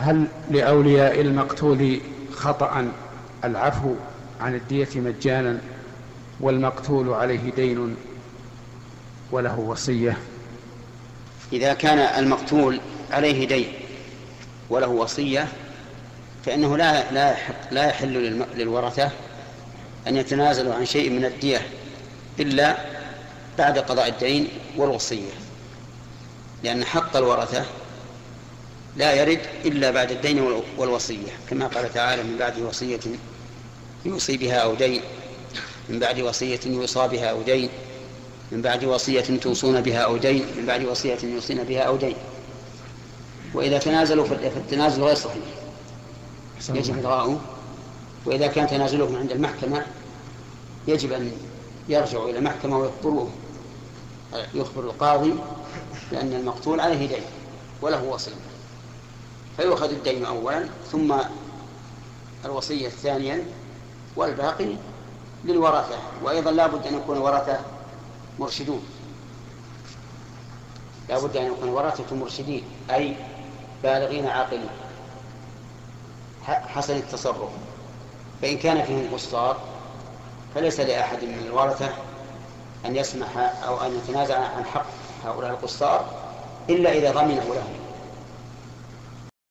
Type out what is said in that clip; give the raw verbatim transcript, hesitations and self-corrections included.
هل لأولياء المقتول خطأ العفو عن الدية مجانا والمقتول عليه دين وله وصية؟ إذا كان المقتول عليه دين وله وصية فإنه لا لا يحق لا يحل للورثة أن يتنازلوا عن شيء من الدية إلا بعد قضاء الدين والوصية، لأن حق الورثة لا يرد إلا بعد الدين والوصية، كما قال تعالى: من بعد وصية يوصي بها أو دين، من بعد وصية يوصى بها أو دين، من بعد وصية توصون بها أو دين، من بعد وصية يوصين بها أو دين. وإذا تنازلوا فالتنازل غير صحيح يجب إلغاؤه، وإذا كان تنازلهم عند المحكمة يجب أن يرجعوا إلى المحكمة ويخبروه يخبر القاضي بأن المقتول عليه دين وله وصية، فيؤخذ الدين أولا ثم الوصية ثانيا والباقي للورثة. وأيضا لا بد أن يكون ورثة مرشدون، لا بد أن يكون ورثة مرشدين أي بالغين عاقلين حسن التصرف. فإن كان فيهم قصار فليس لأحد من الورثة أن يسمح أو أن يتنازع عن حق هؤلاء القصار إلا إذا ضمنه لهم.